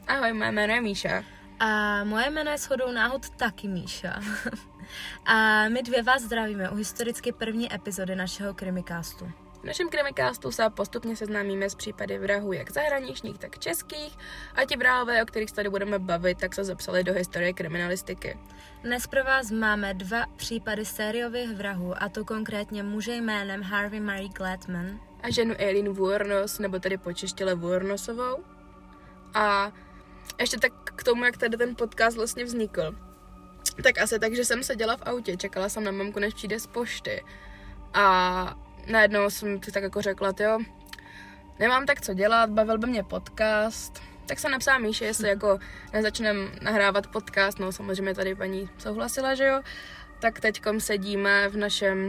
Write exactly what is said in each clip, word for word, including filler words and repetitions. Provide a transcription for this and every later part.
Ahoj, moje jméno je Míša. A moje jméno je shodou náhod taky Míša. A my dvě vás zdravíme u historicky první epizody našeho krimikástu. V našem krimikástu se postupně seznámíme s případy vrahů jak zahraničních, tak českých a ti vrahové, o kterých se tady budeme bavit, tak se zapsali do historie kriminalistiky. Dnes pro vás máme dva případy sériových vrahů, a to konkrétně muže jménem Harvey Murray Gladman a ženu Eileen Wuornos, nebo tedy počeštile Wuornosovou. A ještě tak k tomu, jak tady ten podcast vlastně vznikl. Tak asi tak, že jsem seděla v autě, čekala jsem na mamku, než přijde z pošty. A najednou jsem si tak jako řekla, jo, nemám tak co dělat, bavil by mě podcast. Tak jsem napsala Míše, jestli jako nezačneme nahrávat podcast, no samozřejmě tady paní souhlasila, že jo. Tak teďkom sedíme v našem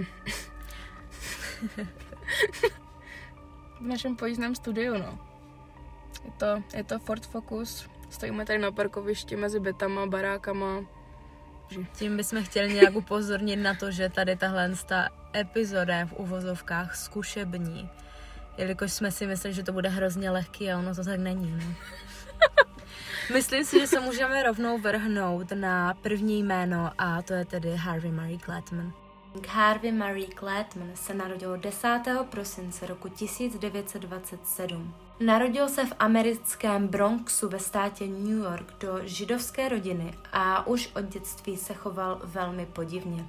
v našem pojízdném studiu, no. Je to, je to Ford Focus, stojíme tady na parkovišti mezi bytama, barákama. Tím bychom chtěli nějak upozornit na to, že tady tahle epizoda je v uvozovkách zkušební, jelikož jsme si mysleli, že to bude hrozně lehký a ono to tak není. No. Myslím si, že se můžeme rovnou vrhnout na první jméno a to je tedy Harvey Murray Gladman. Harvey Murray Gladman se narodil desátého prosince roku tisíc devět set dvacet sedm. Narodil se v americkém Bronxu ve státě New York do židovské rodiny a už od dětství se choval velmi podivně.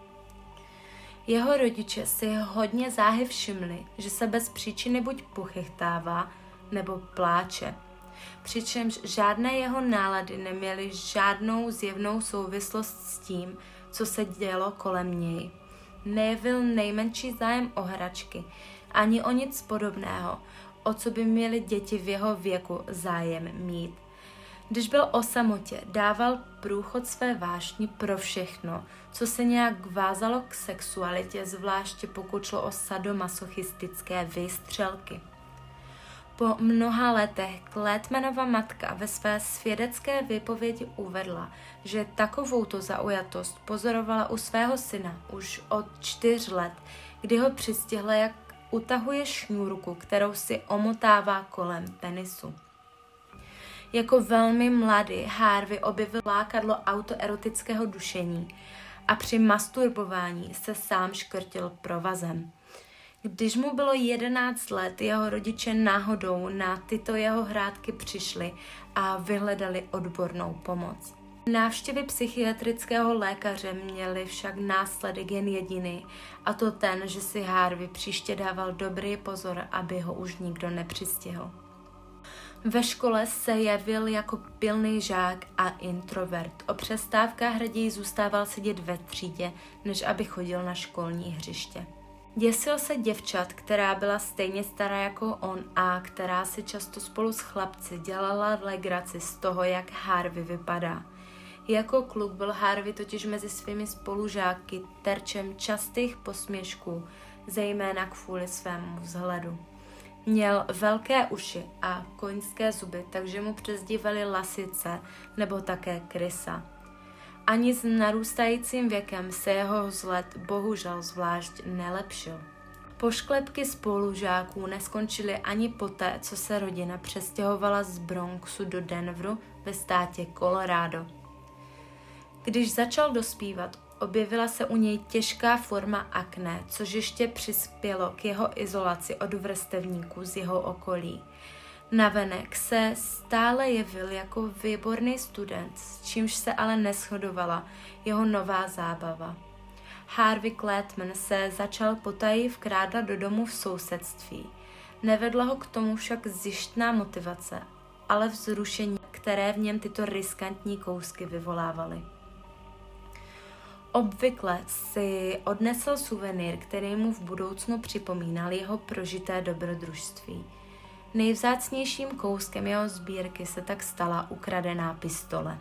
Jeho rodiče si hodně záhy všimli, že se bez příčiny buď pochechtává nebo pláče, přičemž žádné jeho nálady neměly žádnou zjevnou souvislost s tím, co se dělo kolem něj. Nejevil nejmenší zájem o hračky, ani o nic podobného, o co by měly děti v jeho věku zájem mít. Když byl o samotě, dával průchod své vášni pro všechno, co se nějak vázalo k sexualitě, zvláště pokud šlo o sadomasochistické výstřelky. Po mnoha letech Gladmanova matka ve své svědecké výpovědi uvedla, že takovouto zaujatost pozorovala u svého syna už od čtyř let, kdy ho přistihla, jak utahuje šňůrku, kterou si omotává kolem penisu. Jako velmi mladý Harvey objevil lákadlo autoerotického dušení a při masturbování se sám škrtil provazem. Když mu bylo jedenáct let, jeho rodiče náhodou na tyto jeho hrátky přišli a vyhledali odbornou pomoc. Návštěvy psychiatrického lékaře měly však následek jen jediný, a to ten, že si Harvey příště dával dobrý pozor, aby ho už nikdo nepřistihl. Ve škole se jevil jako pilný žák a introvert. O přestávkách raději zůstával sedět ve třídě, než aby chodil na školní hřiště. Děsil se děvčat, která byla stejně stará jako on a která si často spolu s chlapci dělala legraci z toho, jak Harvey vypadá. Jako kluk byl Harvey totiž mezi svými spolužáky terčem častých posměšků, zejména kvůli svému vzhledu. Měl velké uši a koňské zuby, takže mu přezdívali Lasice nebo také Krysa. Ani s narůstajícím věkem se jeho vzhled bohužel zvlášť nelepšil. Pošklepky spolužáků neskončily ani poté, co se rodina přestěhovala z Bronxu do Denveru ve státě Colorado. Když začal dospívat, objevila se u něj těžká forma akné, což ještě přispělo k jeho izolaci od vrstevníků z jeho okolí. Navenek se stále jevil jako výborný student, s čímž se ale neshodovala jeho nová zábava. Harvey Gladman se začal potají vkrádat do domu v sousedství. Nevedla ho k tomu však zjištná motivace, ale vzrušení, které v něm tyto riskantní kousky vyvolávaly. Obvykle si odnesl suvenýr, který mu v budoucnu připomínal jeho prožité dobrodružství. Nejvzácnějším kouskem jeho sbírky se tak stala ukradená pistole.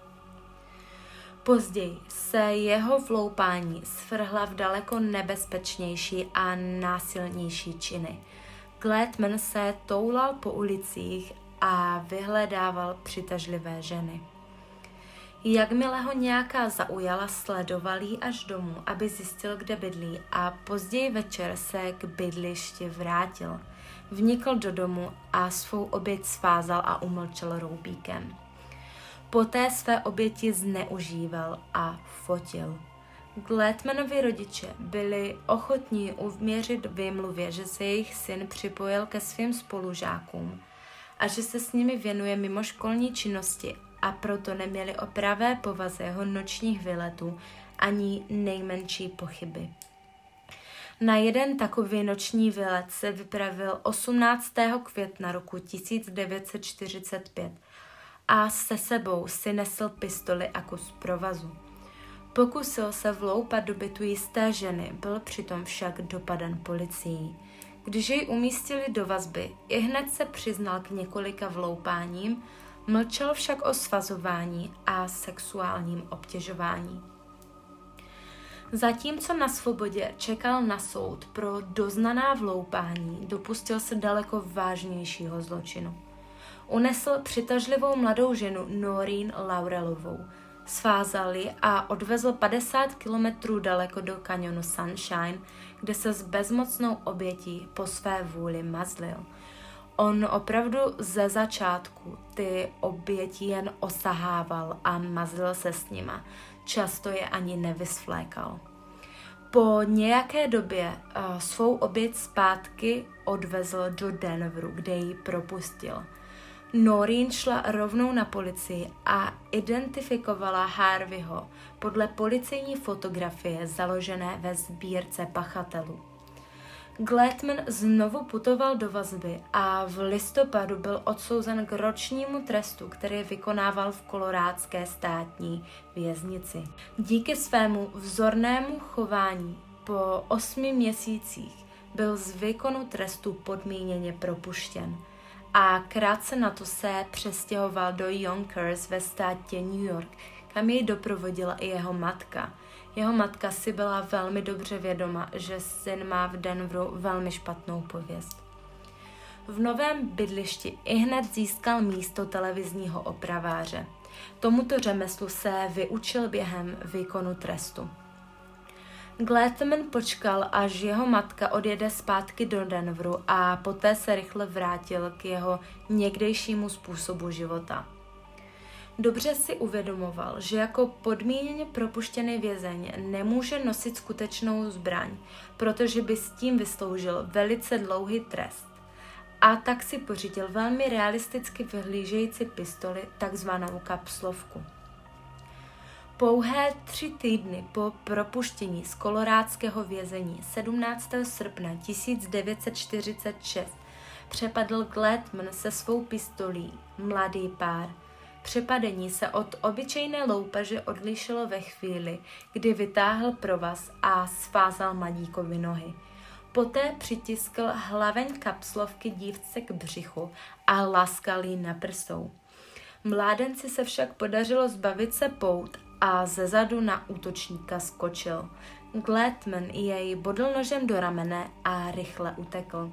Později se jeho vloupání svrhla v daleko nebezpečnější a násilnější činy. Gladman se toulal po ulicích a vyhledával přitažlivé ženy. Jakmile ho nějaká zaujala, sledoval jí až domů, aby zjistil, kde bydlí, a později večer se k bydlišti vrátil. vnikl do domu a svou oběť svázal a umlčel roubíkem. Poté své oběti zneužíval a fotil. Gladmanovi rodiče byli ochotní uměřit výmluvě, že se jejich syn připojil ke svým spolužákům a že se s nimi věnuje mimoškolní činnosti a proto neměli o pravé povaze jeho nočních výletů ani nejmenší pochyby. Na jeden takový noční výlet se vypravil osmnáctého května roku tisíc devět set čtyřicet pět a se sebou si nesl pistoli a kus provazu. Pokusil se vloupat do bytu jisté ženy, byl přitom však dopaden policií. Když jej umístili do vazby, ihned se přiznal k několika vloupáním, mlčel však o svazování a sexuálním obtěžování. Zatímco na svobodě čekal na soud pro doznaná vloupání, dopustil se daleko vážnějšího zločinu. Unesl přitažlivou mladou ženu Noreen Laurelovou, svázal ji a odvezl padesát kilometrů daleko do kanionu Sunshine, kde se s bezmocnou obětí po své vůli mazlil. On opravdu ze začátku ty oběti jen osahával a mazlil se s nima. Často je ani nevysvlékal. Po nějaké době uh, svou oběť zpátky odvezl do Denveru, kde ji propustil. Noreen šla rovnou na policii a identifikovala Harveyho podle policejní fotografie založené ve sbírce pachatelů. Gladman znovu putoval do vazby a v listopadu byl odsouzen k ročnímu trestu, který vykonával v kolorádské státní věznici. Díky svému vzornému chování po osmi měsících byl z výkonu trestu podmíněně propuštěn a krátce na to se přestěhoval do Yonkers ve státě New York, kam jej doprovodila i jeho matka. Jeho matka si byla velmi dobře vědoma, že syn má v Denveru velmi špatnou pověst. V novém bydlišti ihned získal místo televizního opraváře. Tomuto řemeslu se vyučil během výkonu trestu. Gladman počkal, až jeho matka odjede zpátky do Denveru a poté se rychle vrátil k jeho někdejšímu způsobu života. Dobře si uvědomoval, že jako podmíněně propuštěný vězeň nemůže nosit skutečnou zbraň, protože by s tím vysloužil velice dlouhý trest. A tak si pořídil velmi realisticky vyhlížející pistoli, takzvanou kapslovku. Pouhé tři týdny po propuštění z kolorádského vězení sedmnáctého srpna tisíc devět set čtyřicet šest přepadl Gladman se svou pistolí mladý pár. Přepadení se od obyčejné loupeže odlišilo ve chvíli, kdy vytáhl provaz a svázal mladíkovi nohy. Poté přitiskl hlaveň kapslovky dívce k břichu a laskal jí na prsou. Mládenci se však podařilo zbavit se pout a zezadu na útočníka skočil. Gladman jej bodl nožem do ramene a rychle utekl.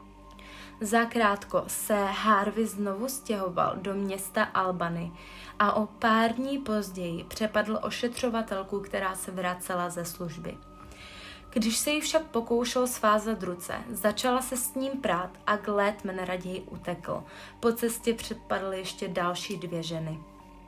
Zakrátko se Harvey znovu stěhoval do města Albany a o pár dní později přepadl ošetřovatelku, která se vracela ze služby. Když se jí však pokoušel svázat ruce, začala se s ním prát a Gladman raději utekl. Po cestě přepadl ještě další dvě ženy.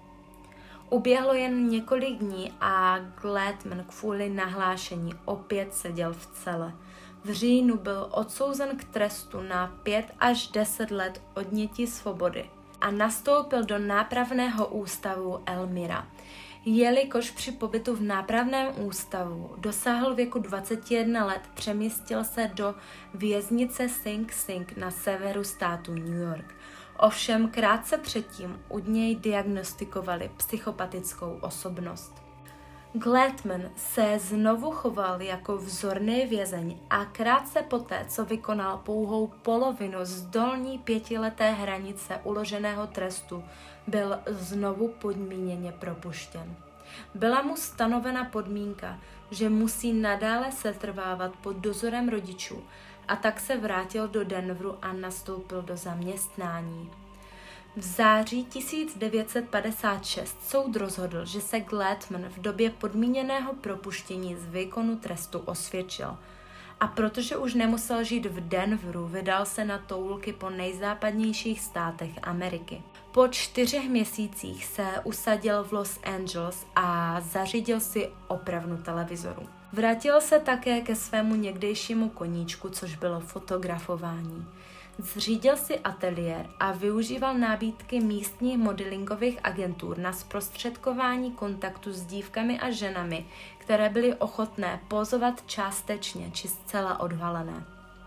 Uběhlo jen několik dní a Gladman kvůli nahlášení opět seděl v cele. V říjnu byl odsouzen k trestu na pět až deset let odnětí svobody a nastoupil do nápravného ústavu Elmira. Jelikož při pobytu v nápravném ústavu dosáhl věku dvacet jedna let, přemístil se do věznice Sing Sing na severu státu New York. Ovšem krátce předtím u něj diagnostikovali psychopatickou osobnost. Gladman se znovu choval jako vzorný vězeň a krátce poté, co vykonal pouhou polovinu z dolní pětileté hranice uloženého trestu, byl znovu podmíněně propuštěn. Byla mu stanovena podmínka, že musí nadále setrvávat pod dozorem rodičů a tak se vrátil do Denveru a nastoupil do zaměstnání. V září tisíc devět set padesát šest soud rozhodl, že se Gladman v době podmíněného propuštění z výkonu trestu osvědčil A protože už nemusel žít v Denveru, vydal se na toulky po nejzápadnějších státech Ameriky. Po čtyřech měsících se usadil v Los Angeles a zařídil si opravnu televizoru. Vrátil se také ke svému někdejšímu koníčku, což bylo fotografování. Zřídil si ateliér a využíval nábídky místních modelingových agentur na zprostředkování kontaktu s dívkami a ženami, které byly ochotné pozovat částečně či zcela odhalené.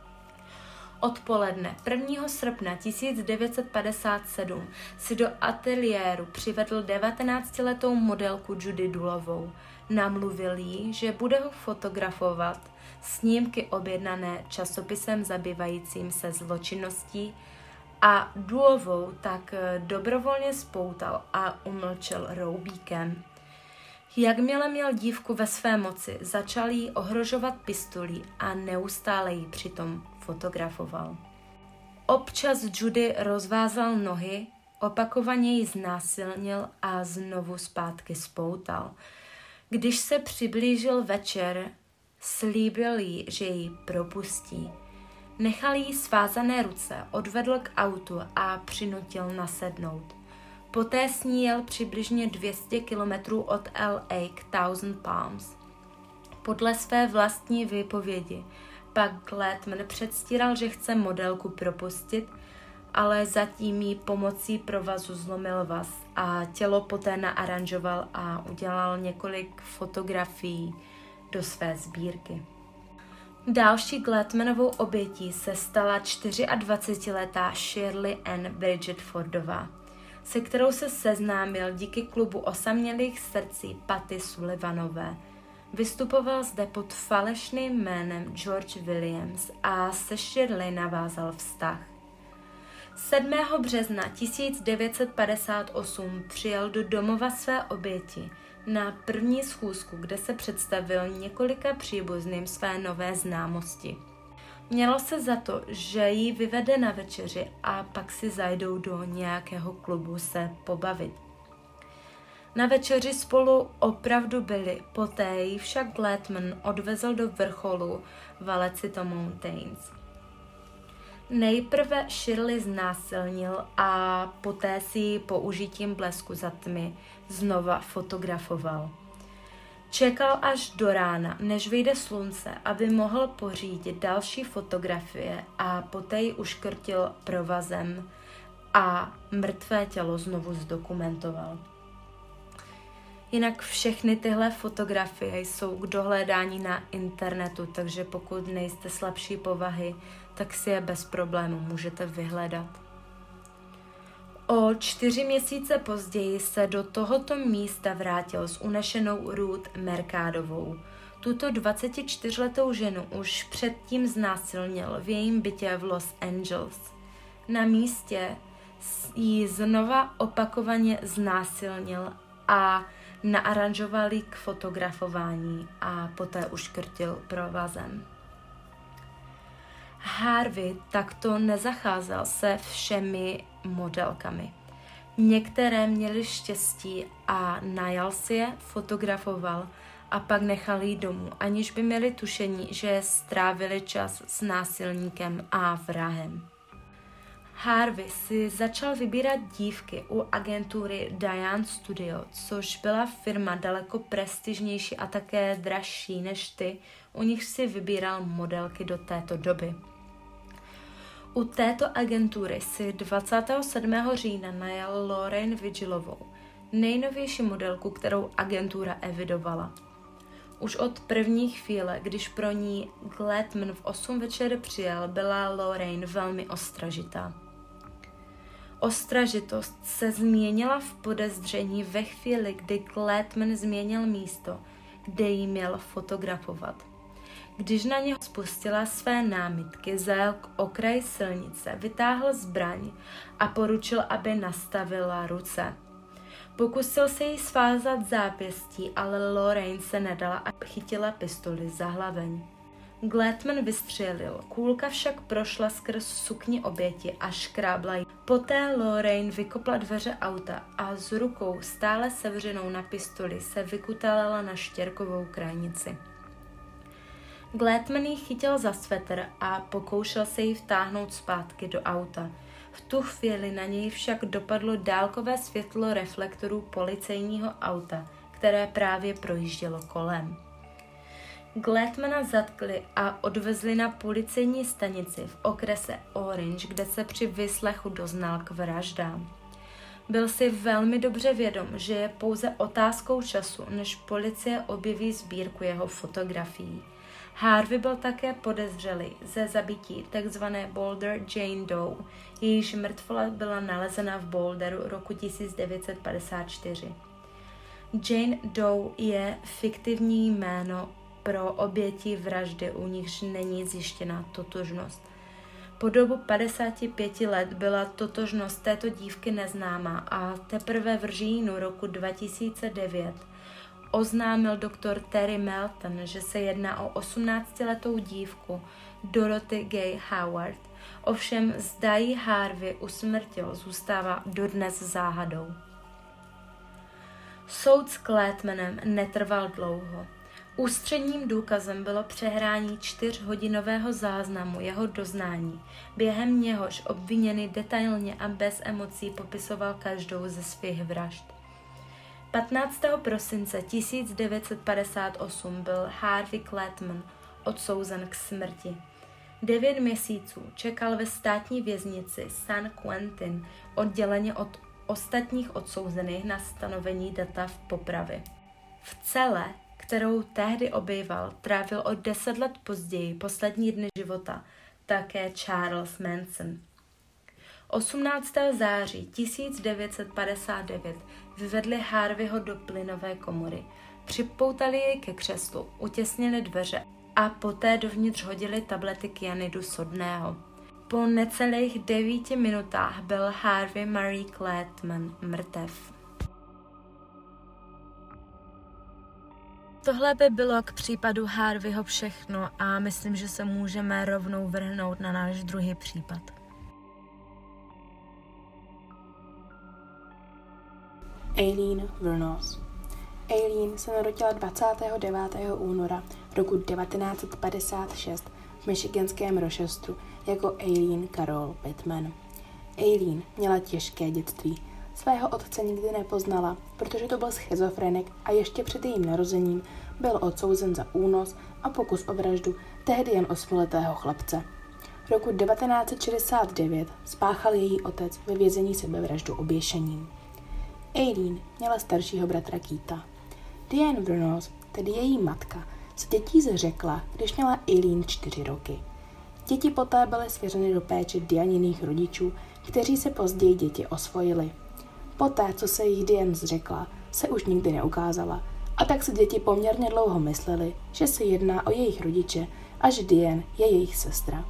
Odpoledne prvního srpna tisíc devět set padesát sedm si do ateliéru přivedl devatenáctiletou modelku Judy Dulovou. Namluvil jí, že bude ho fotografovat snímky objednané časopisem zabývajícím se zločinností a Dulovou tak dobrovolně spoutal a umlčel roubíkem. Jakmile měl dívku ve své moci, začal jí ohrožovat pistolí a neustále ji přitom fotografoval. Občas Judy rozvázal nohy, opakovaně ji znásilnil a znovu zpátky spoutal. Když se přiblížil večer, slíbil jí, že ji propustí. Nechal jí svázané ruce, odvedl k autu a přinutil nasednout. Poté s ní jel přibližně dvě stě kilometrů od L A k Thousand Palms. Podle své vlastní výpovědi pak Gladman předstíral, že chce modelku propustit, ale zatím jí pomocí provazu zlomil vaz a tělo poté naaranžoval a udělal několik fotografií do své sbírky. Další Gladmanovou obětí se stala dvacetičtyřletá Shirley Ann Bridget Fordová, se kterou se seznámil díky klubu osamělých srdcí Patty Sullivanové. Vystupoval zde pod falešným jménem George Williams a se Shirley navázal vztah. sedmého března tisíc devět set padesát osm přijel do domova své oběti na první schůzku, kde se představil několika příbuzným své nové známosti. Mělo se za to, že ji vyvede na večeři a pak si zajdou do nějakého klubu se pobavit. Na večeři spolu opravdu byli, poté ji však Gladman odvezl do vrcholu Vallecito Mountains. Nejprve Shirley znásilnil a poté si ji použitím blesku za tmy znova fotografoval. Čekal až do rána, než vyjde slunce, aby mohl pořídit další fotografie a poté ji uškrtil provazem a mrtvé tělo znovu zdokumentoval. Jinak všechny tyhle fotografie jsou k dohlédání na internetu, takže pokud nejste slabší povahy, tak si je bez problému můžete vyhledat. O čtyři měsíce později se do tohoto místa vrátil s unešenou Ruth Mercadovou. Tuto dvacetičtyřletou ženu už předtím znásilnil v jejím bytě v Los Angeles. Na místě ji znova opakovaně znásilnil a naaranžoval ji k fotografování a poté uškrtil provazem. Harvey takto nezacházel se všemi modelkami. Některé měly štěstí a najal si je, fotografoval a pak nechal jí domů, aniž by měli tušení, že strávili čas s násilníkem a vrahem. Harvey si začal vybírat dívky u agentury Diane Studio, což byla firma daleko prestižnější a také dražší než ty, u nich si vybíral modelky do této doby. U této agentury si dvacátého sedmého října najal Lorraine Vigilovou, nejnovější modelku, kterou agentura evidovala. Už od první chvíle, když pro ní Gladman v osm večer přijel, byla Lorraine velmi ostražitá. Ostražitost se změnila v podezření ve chvíli, kdy Gladman změnil místo, kde jí měl fotografovat. Když na něho spustila své námitky, zajel k okraji silnice, vytáhl zbraň a poručil, aby nastavila ruce. Pokusil se jí svázat zápěstí, ale Lorraine se nedala a chytila pistoli za hlaveň. Gladman vystřelil, kůlka však prošla skrz sukni oběti a škrábla jí. Poté Lorraine vykopla dveře auta a s rukou stále sevřenou na pistoli se vykutalala na štěrkovou krajnici. Gladman ji chytil za svetr a pokoušel se ji vtáhnout zpátky do auta. V tu chvíli na něj však dopadlo dálkové světlo reflektorů policejního auta, které právě projíždělo kolem. Gladmana zatkli a odvezli na policejní stanici v okrese Orange, kde se při vyslechu doznal k vraždám. Byl si velmi dobře vědom, že je pouze otázkou času, než policie objeví sbírku jeho fotografií. Harvey byl také podezřelý ze zabití tzv. Boulder Jane Doe, jejíž mrtvola byla nalezena v Boulderu roku tisíc devět set padesát čtyři. Jane Doe je fiktivní jméno pro oběti vraždy, u nichž není zjištěna totožnost. Po dobu padesáti pěti let byla totožnost této dívky neznámá a teprve v říjnu roku dva tisíce devět oznámil doktor Terry Melton, že se jedná o osmnáctiletou dívku Dorothy Gay Howard. Ovšem zda ji Harvey usmrtil, zůstává dodnes záhadou. Soud s Gladmanem netrval dlouho. Ústředním důkazem bylo přehrání čtyřhodinového záznamu jeho doznání, během něhož obviněný detailně a bez emocí popisoval každou ze svých vražd. patnáctého prosince tisíc devět set padesát osm byl Harvey Gladman odsouzen k smrti. Devět měsíců čekal ve státní věznici San Quentin odděleně od ostatních odsouzených na stanovení data v popravy. V cele, kterou tehdy obýval, trávil o deset let později poslední dny života také Charles Manson. osmnáctého září tisíc devět set padesát devět vyvedli Harveyho do plynové komory, připoutali jej ke křeslu, utěsnili dveře a poté dovnitř hodili tablety kyanidu sodného. Po necelých devíti minutách byl Harvey Murray Gladman mrtev. Tohle by bylo k případu Harveyho všechno a myslím, že se můžeme rovnou vrhnout na náš druhý případ. Aileen Wuornos. Aileen se narodila dvacátého devátého února roku devatenáct set padesát šest v michiganském Rochesteru jako Aileen Carol Pittman. Aileen měla těžké dětství. Svého otce nikdy nepoznala, protože to byl schizofrenik a ještě před jejím narozením byl odsouzen za únos a pokus o vraždu tehdy jen osmiletého chlapce. Roku devatenáct set šedesát devět spáchal její otec ve vězení sebevraždu oběšením. Aileen měla staršího bratra Keitha. Diane Wuornos, tedy její matka, se dětí zřekla, když měla Aileen čtyři roky. Děti poté byly svěřeny do péče Dianiných rodičů, kteří se později děti osvojili. Poté, co se jich Diane zřekla, se už nikdy neukázala a tak si děti poměrně dlouho mysleli, že se jedná o jejich rodiče a že Diane je jejich sestra.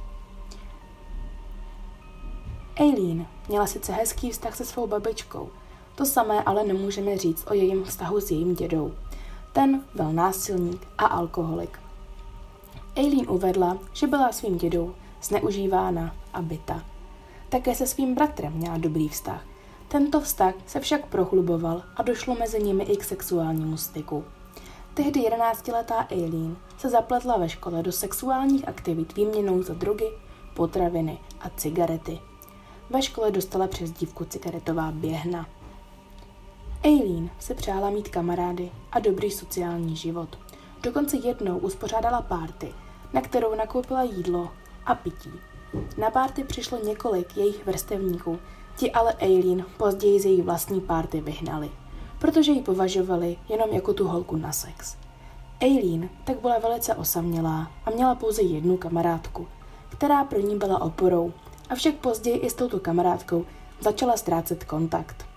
Aileen měla sice hezký vztah se svou babičkou, to samé ale nemůžeme říct o jejím vztahu s jejím dědou. Ten byl násilník a alkoholik. Aileen uvedla, že byla svým dědou zneužívána a bita. Také se svým bratrem měla dobrý vztah. Tento vztah se však prohluboval a došlo mezi nimi i k sexuálnímu styku. Tehdy jedenáctiletá Aileen se zapletla ve škole do sexuálních aktivit výměnou za drogy, potraviny a cigarety. Ve škole dostala přezdívku cigaretová běhna. Aileen se přála mít kamarády a dobrý sociální život. Dokonce jednou uspořádala párty, na kterou nakoupila jídlo a pití. Na párty přišlo několik jejich vrstevníků, ti ale Aileen později z její vlastní párty vyhnali, protože ji považovali jenom jako tu holku na sex. Aileen tak byla velice osamělá a měla pouze jednu kamarádku, která pro ní byla oporou, avšak později i s touto kamarádkou začala ztrácet kontakt.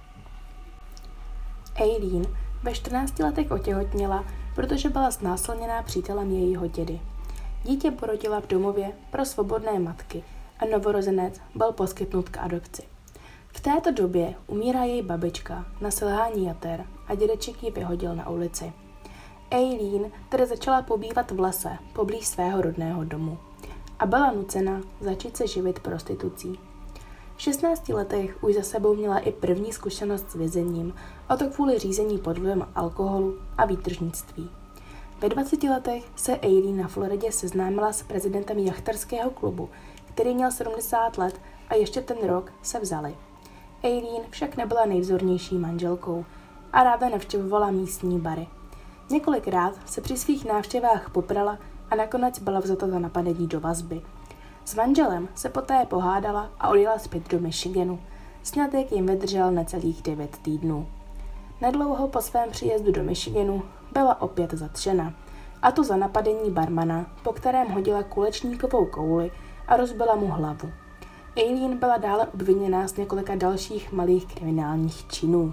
Aileen ve čtrnácti letech otěhotněla, protože byla znásilněná přítelem jejího dědy. Dítě porodila v domově pro svobodné matky a novorozenec byl poskytnut k adopci. V této době umírá její babička na selhání jater a dědeček ji vyhodil na ulici. Aileen tedy začala pobývat v lese poblíž svého rodného domu a byla nucena začít se živit prostitucí. V šestnácti letech už za sebou měla i první zkušenost s vězením, a to kvůli řízení pod vlivem alkoholu a výtržnictví. Ve dvaceti letech se Aileen na Floridě seznámila s prezidentem jachterského klubu, který měl sedmdesát let a ještě ten rok se vzali. Aileen však nebyla nejvzornější manželkou a ráda navštěvovala místní bary. Několikrát se při svých návštěvách poprala a nakonec byla vzata za napadení do vazby. S manželem se poté pohádala a odjela zpět do Michiganu. Sňatek jim vydržel necelých devět týdnů. Nedlouho po svém příjezdu do Michiganu byla opět zatčena, a to za napadení barmana, po kterém hodila kulečníkovou kouli a rozbila mu hlavu. Aileen byla dále obviněná z několika dalších malých kriminálních činů.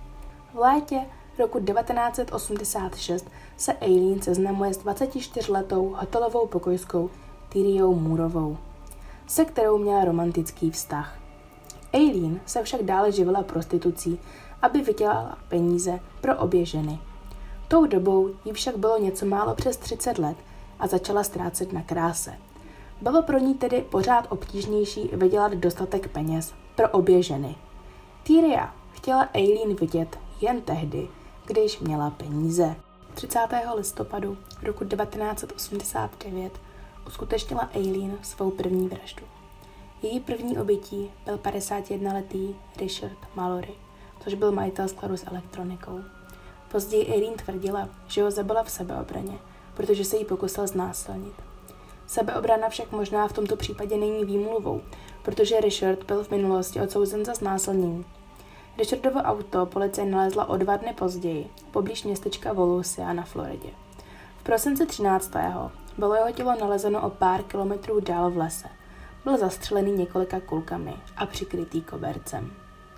V létě roku devatenáct set osmdesát šest se Aileen seznamuje s dvacetičtyřletou hotelovou pokojskou Tyriou Moorovou, se kterou měla romantický vztah. Aileen se však dále živila prostitucí, aby vydělala peníze pro obě ženy. Tou dobou jí však bylo něco málo přes třicet let a začala ztrácet na kráse. Bylo pro ní tedy pořád obtížnější vydělat dostatek peněz pro obě ženy. Tyria chtěla Aileen vidět jen tehdy, když měla peníze. třicátého listopadu roku devatenáct set osmdesát devět uskutečnila Aileen svou první vraždu. Její první obětí byl padesátijednoletý Richard Mallory, což byl majitel skladu s elektronikou. Později Aileen tvrdila, že ho zabila v sebeobraně, protože se jí pokusil znásilnit. Sebeobrana však možná v tomto případě není výmluvou, protože Richard byl v minulosti odsouzen za znásilnění. Richardovo auto policie nalezla o dva dny později, poblíž městečka Volusia na Floridě. V prosinci třináctého bylo jeho tělo nalezeno o pár kilometrů dál v lese. Byl zastřelený několika kulkami a přikrytý kobercem.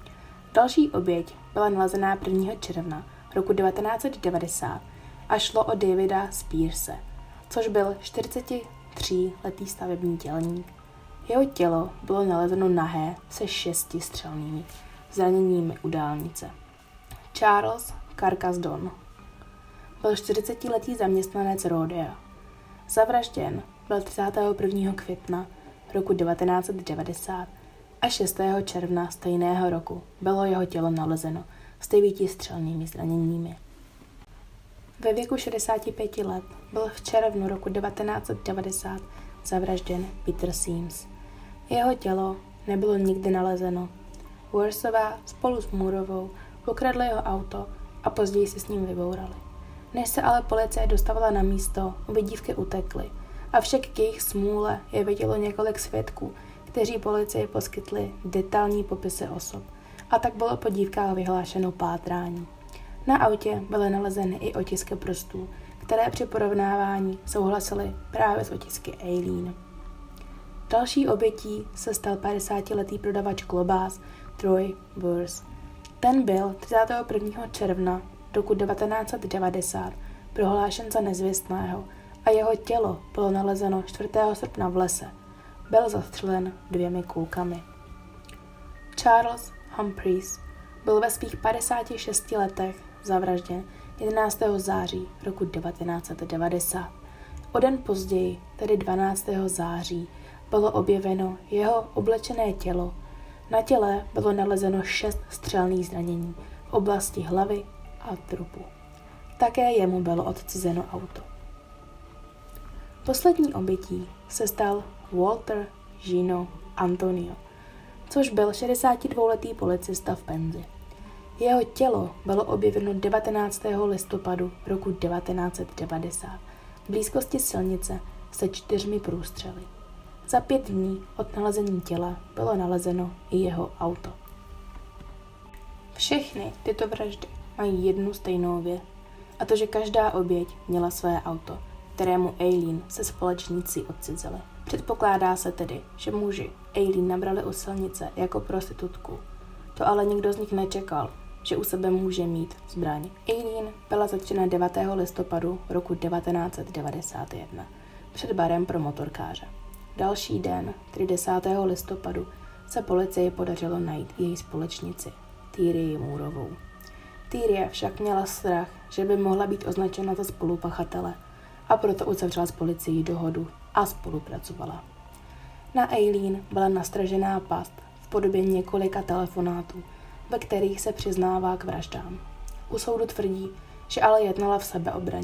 Další oběť byla nalezená prvního června roku devatenáct set devadesát a šlo o Davida Spearse, což byl čtyřicetitříletý stavební dělník. Jeho tělo bylo nalezeno nahé se šesti střelnými zraněními u dálnice. Charles Carcassonne byl čtyřicetiletý zaměstnanec Rodea. Zavražděn byl třicátého prvního května roku devatenáct set devadesát a šestého června stejného roku bylo jeho tělo nalezeno s devíti střelnými zraněními. Ve věku šedesáti pěti let byl v červnu roku devatenáct set devadesát zavražděn Peter Sims. Jeho tělo nebylo nikdy nalezeno. Worsová spolu s Moorovou ukradli jeho auto a později se s ním vybourali. Než se ale policie dostavila na místo, obě dívky utekly, avšak k jejich smůle je vidělo několik svědků, kteří policii poskytli detailní popisy osob, a tak bylo po dívkách vyhlášeno pátrání. Na autě byly nalezeny i otisky prstů, které při porovnávání souhlasily právě s otisky Aileen. Další obětí se stal padesátiletý prodavač klobás Troy Burrs. Ten byl třicátého prvního června roku devatenáct set devadesát prohlášen za nezvěstného a jeho tělo bylo nalezeno čtvrtého srpna v lese. Byl zastřelen dvěmi kulkami. Charles Humphreys byl ve svých padesáti šesti letech zavražděn jedenáctého září roku devatenáct set devadesát. O den později, tedy dvanáctého září, bylo objeveno jeho oblečené tělo. Na těle bylo nalezeno šest střelných zranění v oblasti hlavy a trupu. Také jemu bylo odcizeno auto. Poslední obětí se stal Walter Gino Antonio, což byl šedesátidvouletý policista v Penzi. Jeho tělo bylo objeveno devatenáctého listopadu roku devatenáct set devadesát v blízkosti silnice se čtyřmi průstřely. Za pět dní od nalezení těla bylo nalezeno i jeho auto. Všechny tyto vraždy mají jednu stejnou věc, a to, že každá oběť měla své auto, kterému Aileen se společníci odcizili. Předpokládá se tedy, že muži Aileen nabrali u silnice jako prostitutku. To ale nikdo z nich nečekal, že u sebe může mít zbraň. Aileen byla zatčena devátého listopadu roku devatenáct set devadesát jedna před barem pro motorkáře. Další den, tedy desátého listopadu, se policii podařilo najít její společnici, Tyrii Moorovou. Tyria však měla strach, že by mohla být označena za spolupachatele, a proto uzavřela s policií dohodu a spolupracovala. Na Aileen byla nastražená past v podobě několika telefonátů, ve kterých se přiznává k vraždám. U soudu tvrdí, že ale jednala v sebeobraně,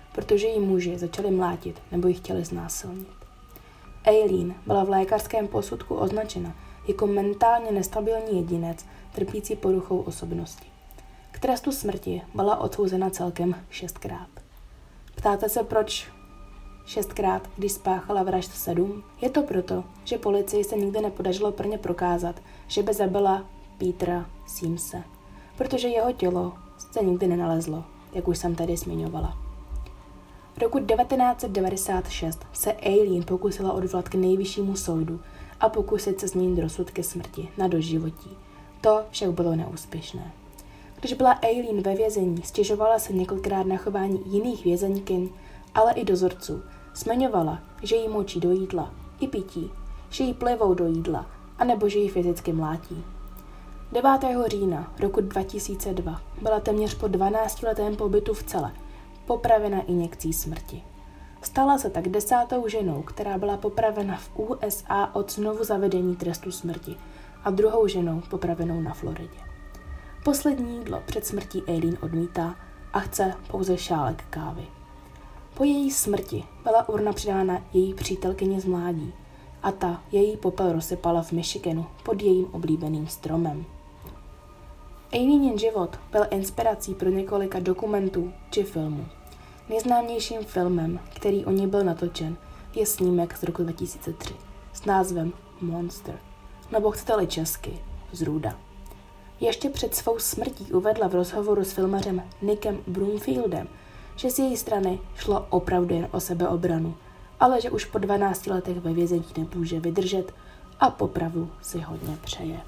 protože jí muži začali mlátit nebo ji chtěli znásilnit. Eileen byla v lékařském posudku označena jako mentálně nestabilní jedinec trpící poruchou osobnosti. K trestu smrti byla odsouzena celkem šestkrát. Ptáte se, proč šestkrát, když spáchala vražd sedm? Je to proto, že policii se nikdy nepodařilo pro ně prokázat, že by zabila Petera Simse, protože jeho tělo se nikdy nenalezlo, jak už jsem tady zmiňovala. Roku devatenáct set devadesát šest se Eileen pokusila odvolat k nejvyššímu soudu a pokusit se změnit rozsudek ke smrti na doživotí. To však bylo neúspěšné. Když byla Eileen ve vězení, stěžovala se několikrát na chování jiných vězeňkyň, ale i dozorců. Zmiňovala, že jí močí do jídla i pití, že jí plivou do jídla, anebo že jí fyzicky mlátí. devátého října roku dva tisíce dva byla téměř po dvanáctiletém pobytu v cele popravena injekcí smrti. Stala se tak desátou ženou, která byla popravena v U S A od znovu zavedení trestu smrti a druhou ženou popravenou na Floridě. Poslední jídlo před smrtí Eileen odmítá a chce pouze šálek kávy. Po její smrti byla urna přidána její přítelkyni z mládí a ta její popel rozsypala v Michiganu pod jejím oblíbeným stromem. Eileenin život byl inspirací pro několika dokumentů či filmů. Nejznámějším filmem, který o ní byl natočen, je snímek z roku dva tisíce tři s názvem Monster, nebo chcete-li česky Zrůda. Ještě před svou smrtí uvedla v rozhovoru s filmařem Nickem Broomfieldem, že z její strany šlo opravdu jen o sebeobranu, ale že už po dvanácti letech ve vězení nemůže vydržet a popravu si hodně přeje.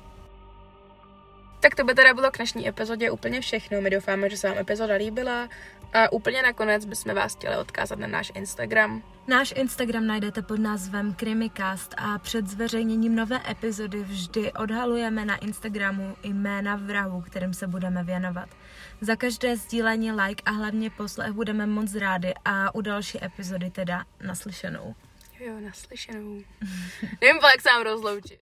Tak to by teda bylo k dnešní epizodě úplně všechno. My doufáme, že se vám epizoda líbila a úplně nakonec bychom vás chtěli odkázat na náš Instagram. Náš Instagram najdete pod názvem Krimikast a před zveřejněním nové epizody vždy odhalujeme na Instagramu jména vrahů, kterým se budeme věnovat. Za každé sdílení, like a hlavně poslech budeme moc rádi a u další epizody teda naslyšenou. Jo, naslyšenou. Nevím, jak se vám rozloučit.